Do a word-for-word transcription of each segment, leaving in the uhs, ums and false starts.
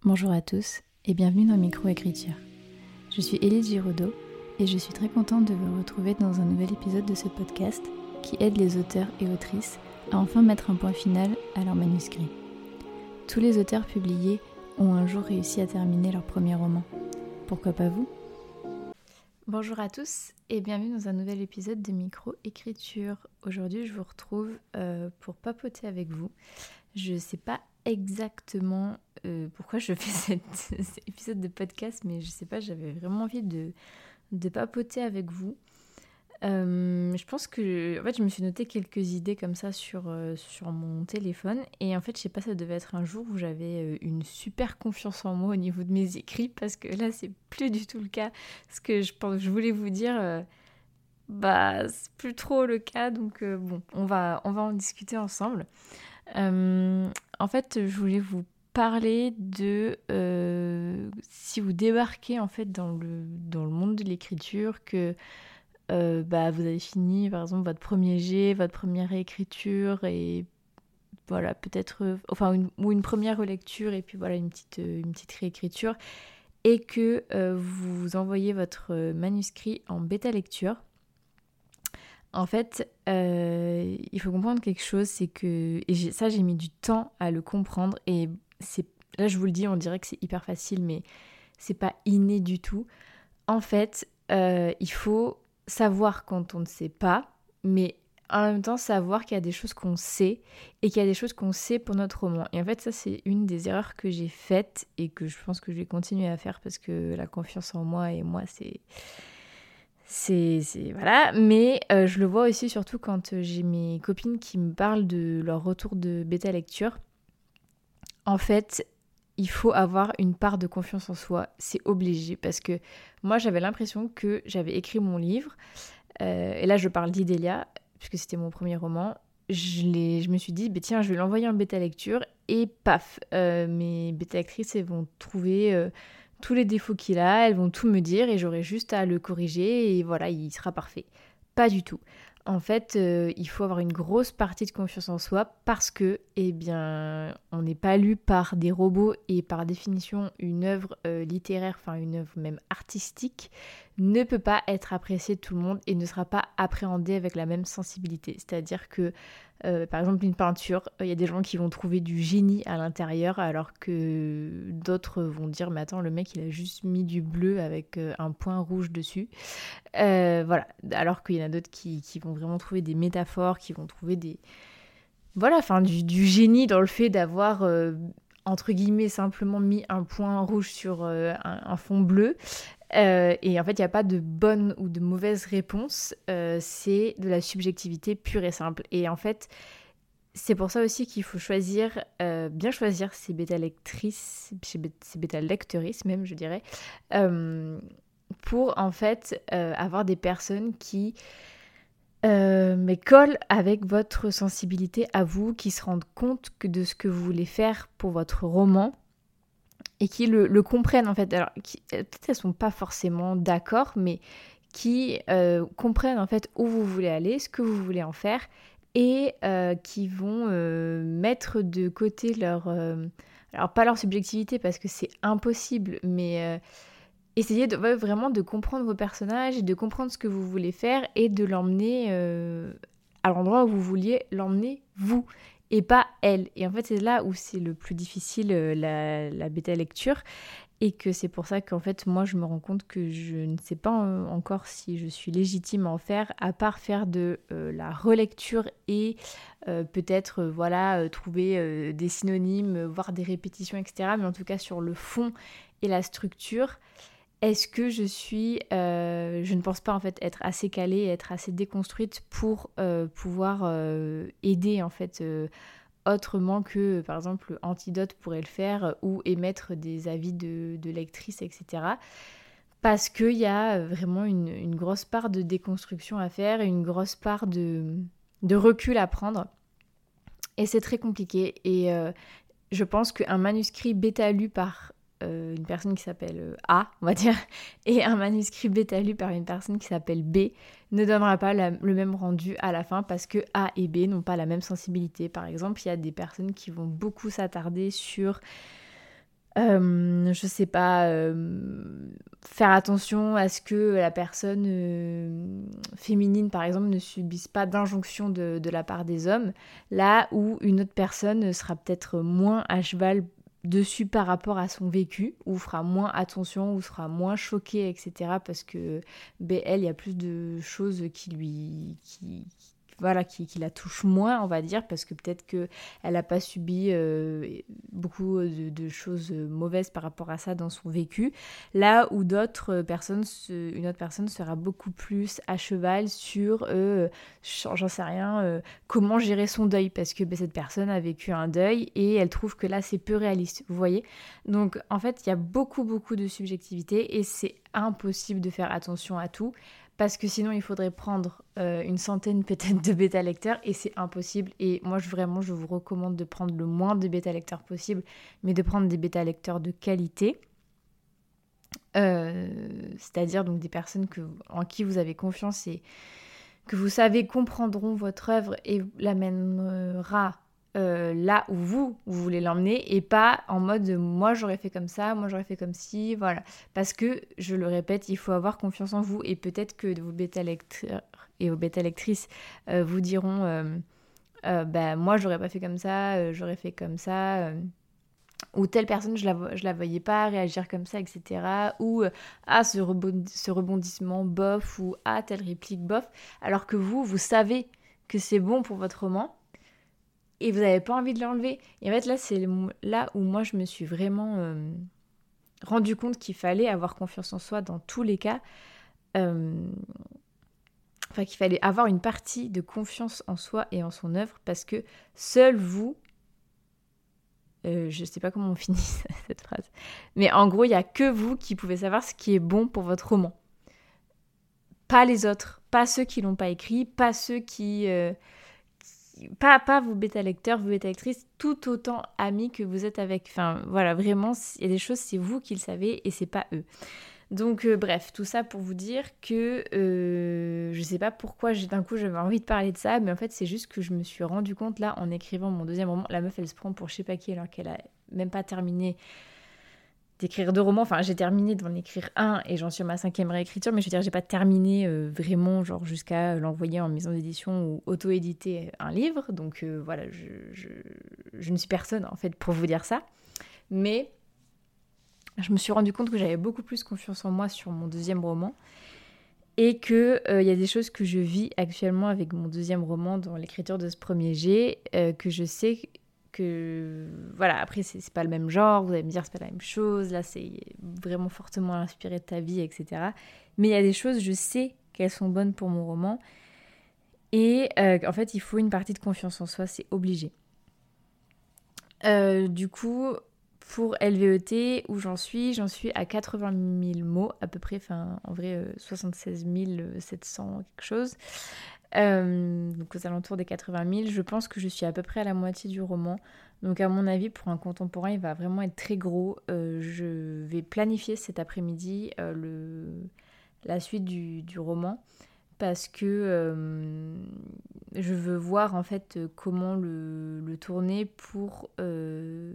Bonjour à tous et bienvenue dans Micro-Écriture. Je suis Élise Giraudot et je suis très contente de vous retrouver dans un nouvel épisode de ce podcast qui aide les auteurs et autrices à enfin mettre un point final à leur manuscrit. Tous les auteurs publiés ont un jour réussi à terminer leur premier roman. Pourquoi pas vous ? Bonjour à tous et bienvenue dans un nouvel épisode de Micro-Écriture. Aujourd'hui je vous retrouve euh, pour papoter avec vous. Je sais pas exactement euh, pourquoi je fais cette, cet épisode de podcast, mais je sais pas, j'avais vraiment envie de, de papoter avec vous. Euh, je pense que en fait, je me suis noté quelques idées comme ça sur, euh, sur mon téléphone, et en fait, je sais pas, ça devait être un jour où j'avais une super confiance en moi au niveau de mes écrits, parce que là, c'est plus du tout le cas. Ce que je pense, je voulais vous dire, euh, bah, c'est plus trop le cas, donc euh, bon, on va, on va en discuter ensemble. Euh, en fait, je voulais vous parler de euh, si vous débarquez en fait dans le, dans le monde de l'écriture, que euh, bah, vous avez fini par exemple votre premier jet, votre première réécriture et voilà peut-être euh, enfin une, ou une première relecture et puis voilà une petite, euh, une petite réécriture et que euh, vous envoyez votre manuscrit en bêta lecture. En fait, euh, il faut comprendre quelque chose, c'est que, et j'ai, ça j'ai mis du temps à le comprendre, et c'est, là je vous le dis, on dirait que c'est hyper facile, mais c'est pas inné du tout. En fait, euh, il faut savoir quand on ne sait pas, mais en même temps savoir qu'il y a des choses qu'on sait, et qu'il y a des choses qu'on sait pour notre roman. Et en fait, ça c'est une des erreurs que j'ai faites, et que je pense que je vais continuer à faire, parce que la confiance en moi, et moi c'est... C'est, c'est voilà, mais euh, je le vois aussi surtout quand euh, j'ai mes copines qui me parlent de leur retour de bêta lecture. En fait, il faut avoir une part de confiance en soi, c'est obligé, parce que moi j'avais l'impression que j'avais écrit mon livre, euh, et là je parle d'Idélia, puisque c'était mon premier roman. Je, l'ai, je me suis dit, bah, tiens, je vais l'envoyer en bêta lecture, et paf, euh, mes bêta lectrices elles vont trouver... Euh, tous les défauts qu'il a, elles vont tout me dire et j'aurai juste à le corriger et voilà, il sera parfait. Pas du tout. En fait, euh, il faut avoir une grosse partie de confiance en soi parce que, eh bien, on n'est pas lu par des robots et par définition, une œuvre euh, littéraire, enfin une œuvre même artistique, ne peut pas être appréciée de tout le monde et ne sera pas appréhendée avec la même sensibilité. C'est-à-dire que Euh, par exemple, une peinture, il y a des gens qui vont trouver du génie à l'intérieur, alors que d'autres vont dire, mais attends, le mec, il a juste mis du bleu avec euh, un point rouge dessus. Euh, voilà, alors qu'il y en a d'autres qui, qui vont vraiment trouver des métaphores, qui vont trouver des... Voilà, enfin, du, du génie dans le fait d'avoir... Euh, entre guillemets, simplement mis un point rouge sur euh, un, un fond bleu. Euh, et en fait, il n'y a pas de bonne ou de mauvaise réponse, euh, c'est de la subjectivité pure et simple. Et en fait, c'est pour ça aussi qu'il faut choisir, euh, bien choisir ses bêta-lectrices, ses bêta-lectrices même, je dirais, euh, pour en fait euh, avoir des personnes qui euh, mais collent avec votre sensibilité à vous, qui se rendent compte que de ce que vous voulez faire pour votre roman, et qui le, le comprennent en fait. Alors, qui, peut-être elles sont pas forcément d'accord, mais qui euh, comprennent en fait où vous voulez aller, ce que vous voulez en faire, et euh, qui vont euh, mettre de côté leur... Euh, alors pas leur subjectivité parce que c'est impossible, mais euh, essayer de, ouais, vraiment de comprendre vos personnages et de comprendre ce que vous voulez faire et de l'emmener euh, à l'endroit où vous vouliez l'emmener vous et pas elle. Et en fait c'est là où c'est le plus difficile, euh, la, la bêta lecture, et que c'est pour ça qu'en fait moi je me rends compte que je ne sais pas encore si je suis légitime à en faire, à part faire de euh, la relecture et euh, peut-être euh, voilà euh, trouver euh, des synonymes, voir des répétitions, et cetera. Mais en tout cas sur le fond et la structure, est-ce que je suis, euh, je ne pense pas en fait être assez calée, être assez déconstruite pour euh, pouvoir euh, aider en fait euh, autrement que par exemple Antidote pourrait le faire, ou émettre des avis de, de lectrices, et cetera. Parce qu'il y a vraiment une, une grosse part de déconstruction à faire et une grosse part de, de recul à prendre. Et c'est très compliqué. Et euh, je pense qu'un manuscrit bêta lu par euh, une personne qui s'appelle euh, A, on va dire, et un manuscrit bêta lu par une personne qui s'appelle B ne donnera pas la, le même rendu à la fin, parce que A et B n'ont pas la même sensibilité. Par exemple, il y a des personnes qui vont beaucoup s'attarder sur Euh, je sais pas, euh, faire attention à ce que la personne euh, féminine, par exemple, ne subisse pas d'injonction de, de la part des hommes, là où une autre personne sera peut-être moins à cheval dessus par rapport à son vécu, ou fera moins attention, ou sera moins choquée, et cetera. Parce que, ben, elle, il y a plus de choses qui lui... Qui, voilà, qui, qui la touche moins, on va dire, parce que peut-être qu'elle n'a pas subi euh, beaucoup de, de choses mauvaises par rapport à ça dans son vécu, là où d'autres personnes, une autre personne sera beaucoup plus à cheval sur, euh, j'en sais rien, euh, comment gérer son deuil, parce que ben, cette personne a vécu un deuil et elle trouve que là c'est peu réaliste, vous voyez. Donc en fait, il y a beaucoup beaucoup de subjectivité et c'est impossible de faire attention à tout, parce que sinon il faudrait prendre euh, une centaine peut-être de bêta-lecteurs et c'est impossible. Et moi je, vraiment je vous recommande de prendre le moins de bêta-lecteurs possible, mais de prendre des bêta-lecteurs de qualité, euh, c'est-à-dire donc des personnes que, en qui vous avez confiance et que vous savez comprendront votre œuvre et l'amènera euh, là où vous, vous voulez l'emmener, et pas en mode moi j'aurais fait comme ça, moi j'aurais fait comme ci, voilà. Parce que, je le répète, il faut avoir confiance en vous, et peut-être que vos bêta-lecteurs et vos bêta-lectrices euh, vous diront euh, euh, bah moi j'aurais pas fait comme ça, euh, j'aurais fait comme ça... Euh, ou telle personne, je la, je la voyais pas réagir comme ça, et cetera. Ou, euh, ah, ce, rebond, ce rebondissement bof, ou ah, telle réplique bof. Alors que vous, vous savez que c'est bon pour votre roman, et vous n'avez pas envie de l'enlever. Et en fait, là, c'est là où moi, je me suis vraiment euh, rendu compte qu'il fallait avoir confiance en soi dans tous les cas. Euh, enfin, qu'il fallait avoir une partie de confiance en soi et en son œuvre, parce que seul vous... Euh, je sais pas comment on finit cette phrase. Mais en gros, il n'y a que vous qui pouvez savoir ce qui est bon pour votre roman. Pas les autres. Pas ceux qui l'ont pas écrit. Pas ceux qui... Euh, qui pas, pas vos bêta-lecteurs, vos bêta-lectrices, tout autant amis que vous êtes avec. Enfin, voilà, vraiment, il y a des choses, c'est vous qui le savez et c'est pas eux. Donc, euh, bref, tout ça pour vous dire que euh, je sais pas pourquoi j'ai, d'un coup j'avais envie de parler de ça, mais en fait c'est juste que je me suis rendu compte là en écrivant mon deuxième roman. La meuf elle se prend pour je sais pas qui alors qu'elle a même pas terminé d'écrire deux romans. Enfin, j'ai terminé d'en écrire un et j'en suis à ma cinquième réécriture, mais je veux dire, j'ai pas terminé euh, vraiment, genre jusqu'à l'envoyer en maison d'édition ou auto-éditer un livre. Donc euh, voilà, je, je, je ne suis personne en fait pour vous dire ça. Mais je me suis rendu compte que j'avais beaucoup plus confiance en moi sur mon deuxième roman et qu'il euh, y a des choses que je vis actuellement avec mon deuxième roman dans l'écriture de ce premier jet, euh, que je sais que... Voilà, après, c'est, c'est pas le même genre, vous allez me dire c'est pas la même chose, là, c'est vraiment fortement inspiré de ta vie, et cetera. Mais il y a des choses, je sais qu'elles sont bonnes pour mon roman et euh, en fait, il faut une partie de confiance en soi, c'est obligé. Euh, du coup... Pour L V E T, où j'en suis, j'en suis à quatre-vingt mille mots à peu près, enfin en vrai euh, soixante-seize mille sept cents quelque chose, euh, donc aux alentours des quatre-vingt mille. Je pense que je suis à peu près à la moitié du roman, donc à mon avis pour un contemporain il va vraiment être très gros. Euh, je vais planifier cet après-midi euh, le... la suite du, du roman, parce que euh, je veux voir en fait comment le, le tourner pour... Euh,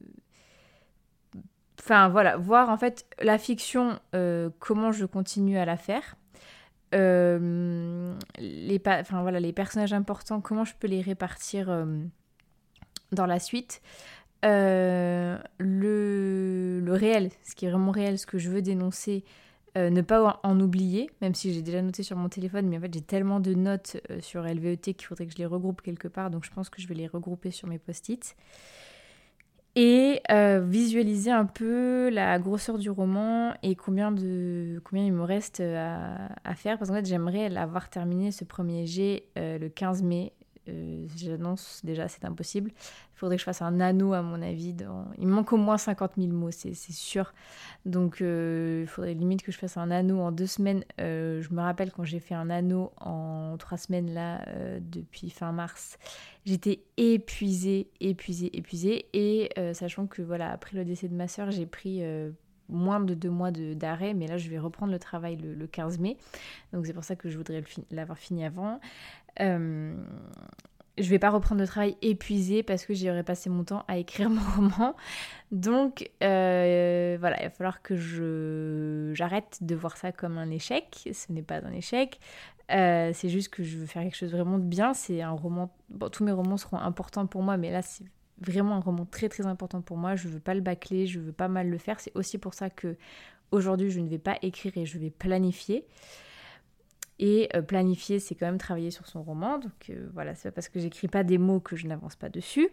Enfin voilà, voir en fait la fiction, euh, comment je continue à la faire. Euh, les, pa- enfin, voilà, les personnages importants, comment je peux les répartir euh, dans la suite. Euh, le, le réel, ce qui est vraiment réel, ce que je veux dénoncer, euh, ne pas en oublier, même si j'ai déjà noté sur mon téléphone, mais en fait j'ai tellement de notes euh, sur L V E T qu'il faudrait que je les regroupe quelque part, donc je pense que je vais les regrouper sur mes post-it. Et euh, visualiser un peu la grosseur du roman et combien, de, combien il me reste à, à faire. Parce qu'en fait, j'aimerais l'avoir terminé, ce premier jet, euh, le quinze mai. Euh, j'annonce déjà, c'est impossible. Il faudrait que je fasse un anneau, à mon avis. Dans... Il me manque au moins cinquante mille mots, c'est, c'est sûr. Donc, euh, il faudrait limite que je fasse un anneau en deux semaines. Euh, je me rappelle quand j'ai fait un anneau en trois semaines, là, euh, depuis fin mars. J'étais épuisée, épuisée, épuisée. Et euh, sachant que, voilà, après le décès de ma sœur, j'ai pris... Euh, moins de deux mois de, d'arrêt, mais là je vais reprendre le travail le, le quinze mai, donc c'est pour ça que je voudrais le fi- l'avoir fini avant. Euh, je vais pas reprendre le travail épuisée parce que j'aurais passé mon temps à écrire mon roman. Donc euh, voilà, il va falloir que je j'arrête de voir ça comme un échec. Ce n'est pas un échec. Euh, c'est juste que je veux faire quelque chose vraiment de bien. C'est un roman. Bon, tous mes romans seront importants pour moi, mais là c'est vraiment un roman très très important pour moi. Je veux pas le bâcler, je veux pas mal le faire. C'est aussi pour ça que aujourd'hui je ne vais pas écrire et je vais planifier. Et euh, planifier, c'est quand même travailler sur son roman. Donc euh, voilà, c'est pas parce que j'écris pas des mots que je n'avance pas dessus.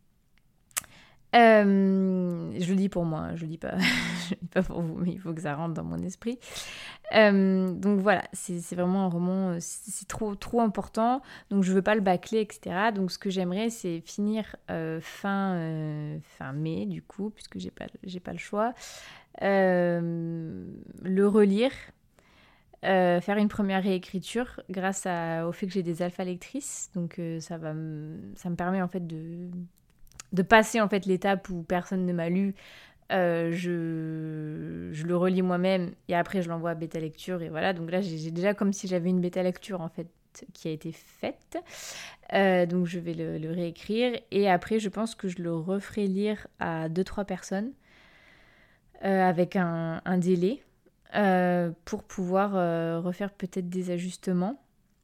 Euh, je le dis pour moi, hein, je le dis pas, je le dis pas pour vous, mais il faut que ça rentre dans mon esprit. Euh, donc voilà, c'est, c'est vraiment un roman, c'est, c'est trop, trop important. Donc je veux pas le bâcler, et cetera. Donc ce que j'aimerais, c'est finir euh, fin, euh, fin mai, du coup, puisque j'ai pas, j'ai pas le choix. Euh, le relire. Euh, faire une première réécriture grâce à, au fait que j'ai des alpha lectrices, donc euh, ça va m- ça me permet en fait de, de passer en fait l'étape où personne ne m'a lu. Euh, je, je le relis moi-même et après je l'envoie à bêta lecture et voilà, donc là j'ai, j'ai déjà comme si j'avais une bêta lecture en fait qui a été faite. Euh, donc je vais le, le réécrire et après je pense que je le referai lire à deux trois personnes euh, avec un, un délai. Euh, pour pouvoir euh, refaire peut-être des ajustements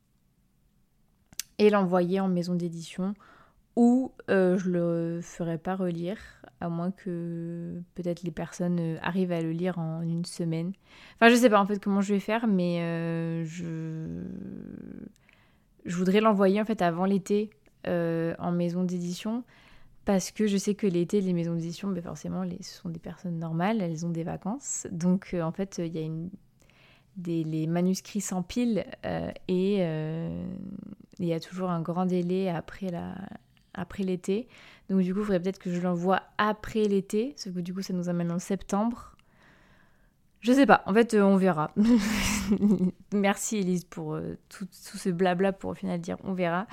et l'envoyer en maison d'édition ou euh, je le ferai pas relire à moins que peut-être les personnes euh, arrivent à le lire en une semaine. Enfin je sais pas en fait comment je vais faire mais euh, je... je voudrais l'envoyer en fait avant l'été euh, en maison d'édition parce que je sais que l'été les maisons d'édition ben forcément les... ce sont des personnes normales, elles ont des vacances donc euh, en fait il y a une Des, les manuscrits s'empilent euh, et euh, il y a toujours un grand délai après, la, après l'été. Donc du coup, il faudrait peut-être que je l'envoie après l'été, sauf que du coup, ça nous amène en septembre. Je sais pas, en fait, euh, on verra. Merci Elise pour euh, tout, tout ce blabla pour au final dire on verra.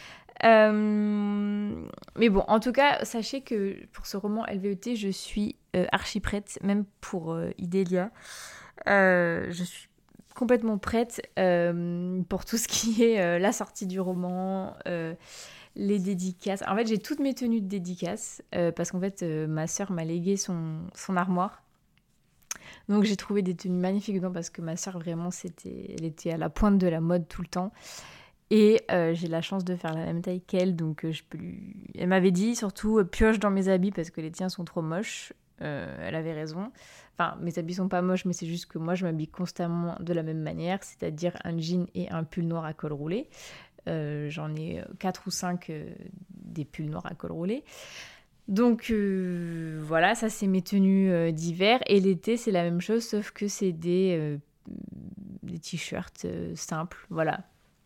Euh, mais bon, en tout cas, sachez que pour ce roman L V E T, je suis euh, archi prête, même pour euh, Idélia. Euh, je suis complètement prête euh, pour tout ce qui est euh, la sortie du roman, euh, les dédicaces. En fait, j'ai toutes mes tenues de dédicaces euh, parce qu'en fait, euh, ma sœur m'a légué son, son armoire. Donc, j'ai trouvé des tenues magnifiques dedans parce que ma sœur, vraiment, c'était, elle était à la pointe de la mode tout le temps. Et euh, j'ai la chance de faire la même taille qu'elle, donc euh, je peux lui... Elle m'avait dit, surtout, euh, pioche dans mes habits parce que les tiens sont trop moches. Euh, elle avait raison. Enfin, mes habits sont pas moches, mais c'est juste que moi, je m'habille constamment de la même manière, c'est-à-dire un jean et un pull noir à col roulé. Euh, j'en ai quatre ou cinq euh, des pulls noirs à col roulé. Donc euh, voilà, ça c'est mes tenues euh, d'hiver. Et l'été, c'est la même chose, sauf que c'est des, euh, des t-shirts euh, simples, voilà.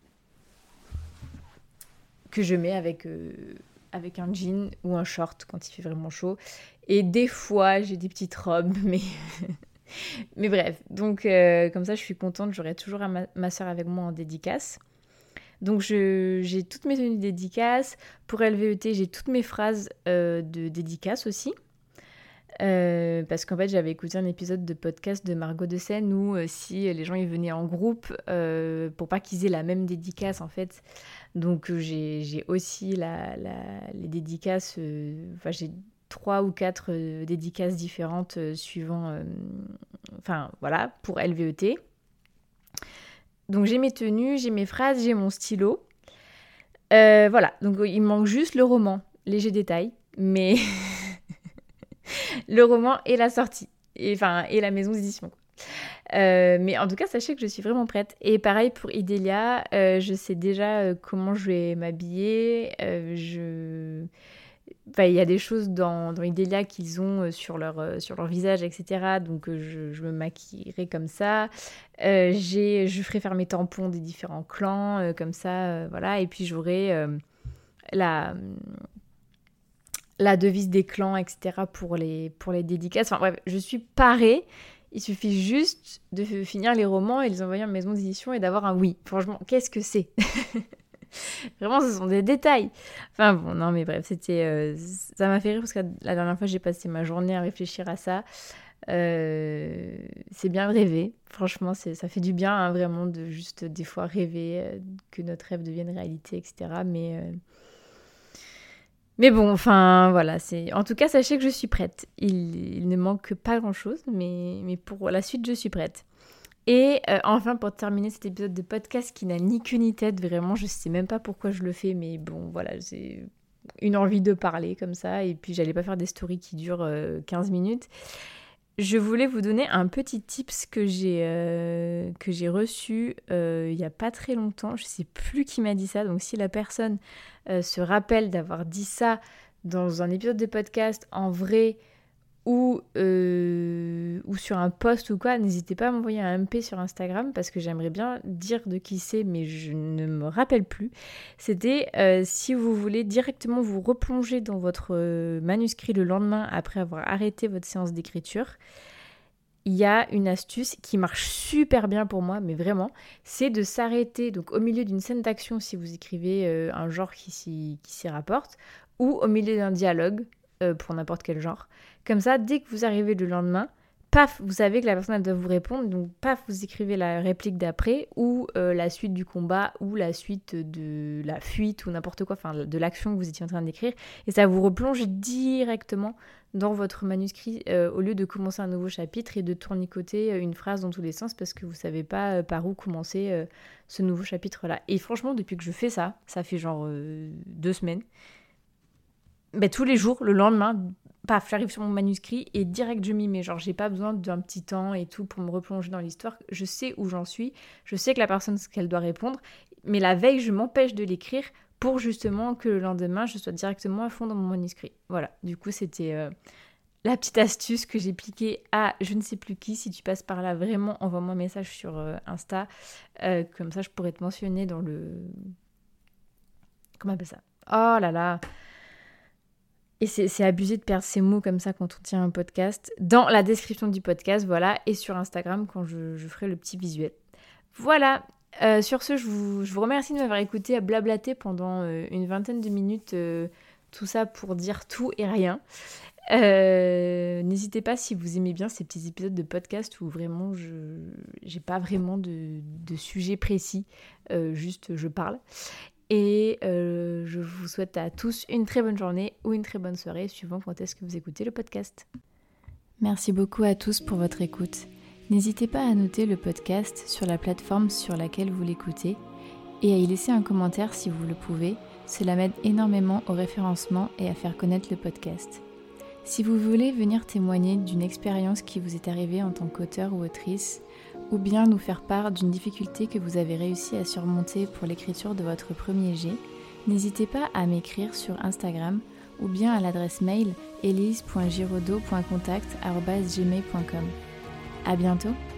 Que je mets avec... Euh, avec un jean ou un short quand il fait vraiment chaud. Et des fois, j'ai des petites robes, mais, mais bref. Donc, euh, comme ça, je suis contente. J'aurai toujours ma, ma soeur avec moi en dédicace. Donc, je, j'ai toutes mes tenues de dédicace. Pour L V E T, j'ai toutes mes phrases euh, de dédicace aussi. Euh, parce qu'en fait, j'avais écouté un épisode de podcast de Margot de Seine où euh, si les gens ils venaient en groupe, euh, pour pas qu'ils aient la même dédicace, en fait... Donc euh, j'ai, j'ai aussi la, la, les dédicaces, euh, enfin j'ai trois ou quatre euh, dédicaces différentes euh, suivant, euh, enfin voilà, pour L V E T. Donc j'ai mes tenues, j'ai mes phrases, j'ai mon stylo. Euh, voilà, donc il me manque juste le roman, léger détail, mais le roman et la sortie, et, enfin, et la maison d'édition, quoi. Euh, mais en tout cas, sachez que je suis vraiment prête. Et pareil pour Idélia, euh, je sais déjà euh, comment je vais m'habiller. Euh, je... Enfin, il y a des choses dans, dans Idélia qu'ils ont euh, sur, leur, euh, sur leur visage, et cetera. Donc, euh, je, je me maquillerai comme ça. Euh, j'ai, je ferai faire mes tampons des différents clans, euh, comme ça, euh, voilà. Et puis, j'aurai euh, la... la devise des clans, et cetera pour les, pour les dédicaces. Enfin bref, je suis parée. Il suffit juste de finir les romans et les envoyer en maison d'édition et d'avoir un oui. Franchement, qu'est-ce que c'est? Vraiment, ce sont des détails. Enfin bon, non mais bref, c'était, euh, ça m'a fait rire parce que la dernière fois, j'ai passé ma journée à réfléchir à ça. Euh, c'est bien de rêver, franchement, c'est, ça fait du bien, hein, vraiment, de juste des fois rêver, euh, que notre rêve devienne réalité, et cetera. Mais, euh... mais bon, enfin, voilà. C'est... En tout cas, sachez que je suis prête. Il, il ne manque pas grand-chose, mais, mais pour la suite, je suis prête. Et euh, enfin, pour terminer cet épisode de podcast qui n'a ni queue ni tête, vraiment, je sais même pas pourquoi je le fais, mais bon, voilà, j'ai une envie de parler comme ça, et puis j'allais pas faire des stories qui durent euh, quinze minutes. Je voulais vous donner un petit tips que j'ai, euh, que j'ai reçu euh, il n'y a pas très longtemps. Je ne sais plus qui m'a dit ça. Donc si la personne euh, se rappelle d'avoir dit ça dans un épisode de podcast en vrai ou, euh, ou sur un post ou quoi, n'hésitez pas à m'envoyer un M P sur Instagram parce que j'aimerais bien dire de qui c'est, mais je ne me rappelle plus. C'était euh, si vous voulez directement vous replonger dans votre euh, manuscrit le lendemain après avoir arrêté votre séance d'écriture, il y a une astuce qui marche super bien pour moi, mais vraiment, c'est de s'arrêter donc au milieu d'une scène d'action si vous écrivez euh, un genre qui s'y, qui s'y rapporte, ou au milieu d'un dialogue, euh, pour n'importe quel genre. Comme ça, dès que vous arrivez le lendemain, paf, vous savez que la personne elle doit vous répondre, donc paf, vous écrivez la réplique d'après, ou euh, la suite du combat, ou la suite de la fuite, ou n'importe quoi, enfin de l'action que vous étiez en train d'écrire, et ça vous replonge directement dans votre manuscrit, euh, au lieu de commencer un nouveau chapitre et de tournicoter une phrase dans tous les sens, parce que vous savez pas euh, par où commencer euh, ce nouveau chapitre-là. Et franchement, depuis que je fais ça, ça fait genre euh, deux semaines, ben, tous les jours, le lendemain, paf, j'arrive sur mon manuscrit et direct je m'y mets. Genre, j'ai pas besoin d'un petit temps et tout pour me replonger dans l'histoire. Je sais où j'en suis, je sais que la personne, ce qu'elle doit répondre, mais la veille, je m'empêche de l'écrire pour justement que le lendemain, je sois directement à fond dans mon manuscrit. Voilà, du coup, c'était euh, la petite astuce que j'ai piquée à je ne sais plus qui. Si tu passes par là, vraiment, envoie-moi un message sur euh, Insta. Euh, comme ça, je pourrais te mentionner dans le... Comment on appelle ça ? Oh là là. Et c'est, c'est abusé de perdre ces mots comme ça quand on tient un podcast. Dans la description du podcast, voilà, et sur Instagram quand je, je ferai le petit visuel. Voilà, euh, sur ce, je vous, je vous remercie de m'avoir écouté à blablater pendant euh, une vingtaine de minutes, euh, tout ça pour dire tout et rien. Euh, n'hésitez pas si vous aimez bien ces petits épisodes de podcast où vraiment je j'ai pas vraiment de, de sujet précis, euh, juste je parle. Et euh, je vous souhaite à tous une très bonne journée ou une très bonne soirée, suivant quand est-ce que vous écoutez le podcast. Merci beaucoup à tous pour votre écoute. N'hésitez pas à noter le podcast sur la plateforme sur laquelle vous l'écoutez et à y laisser un commentaire si vous le pouvez. Cela m'aide énormément au référencement et à faire connaître le podcast. Si vous voulez venir témoigner d'une expérience qui vous est arrivée en tant qu'auteur ou autrice, ou bien nous faire part d'une difficulté que vous avez réussi à surmonter pour l'écriture de votre premier jet, n'hésitez pas à m'écrire sur Instagram ou bien à l'adresse mail elise point giraudot point contact arobase gmail point com. À bientôt!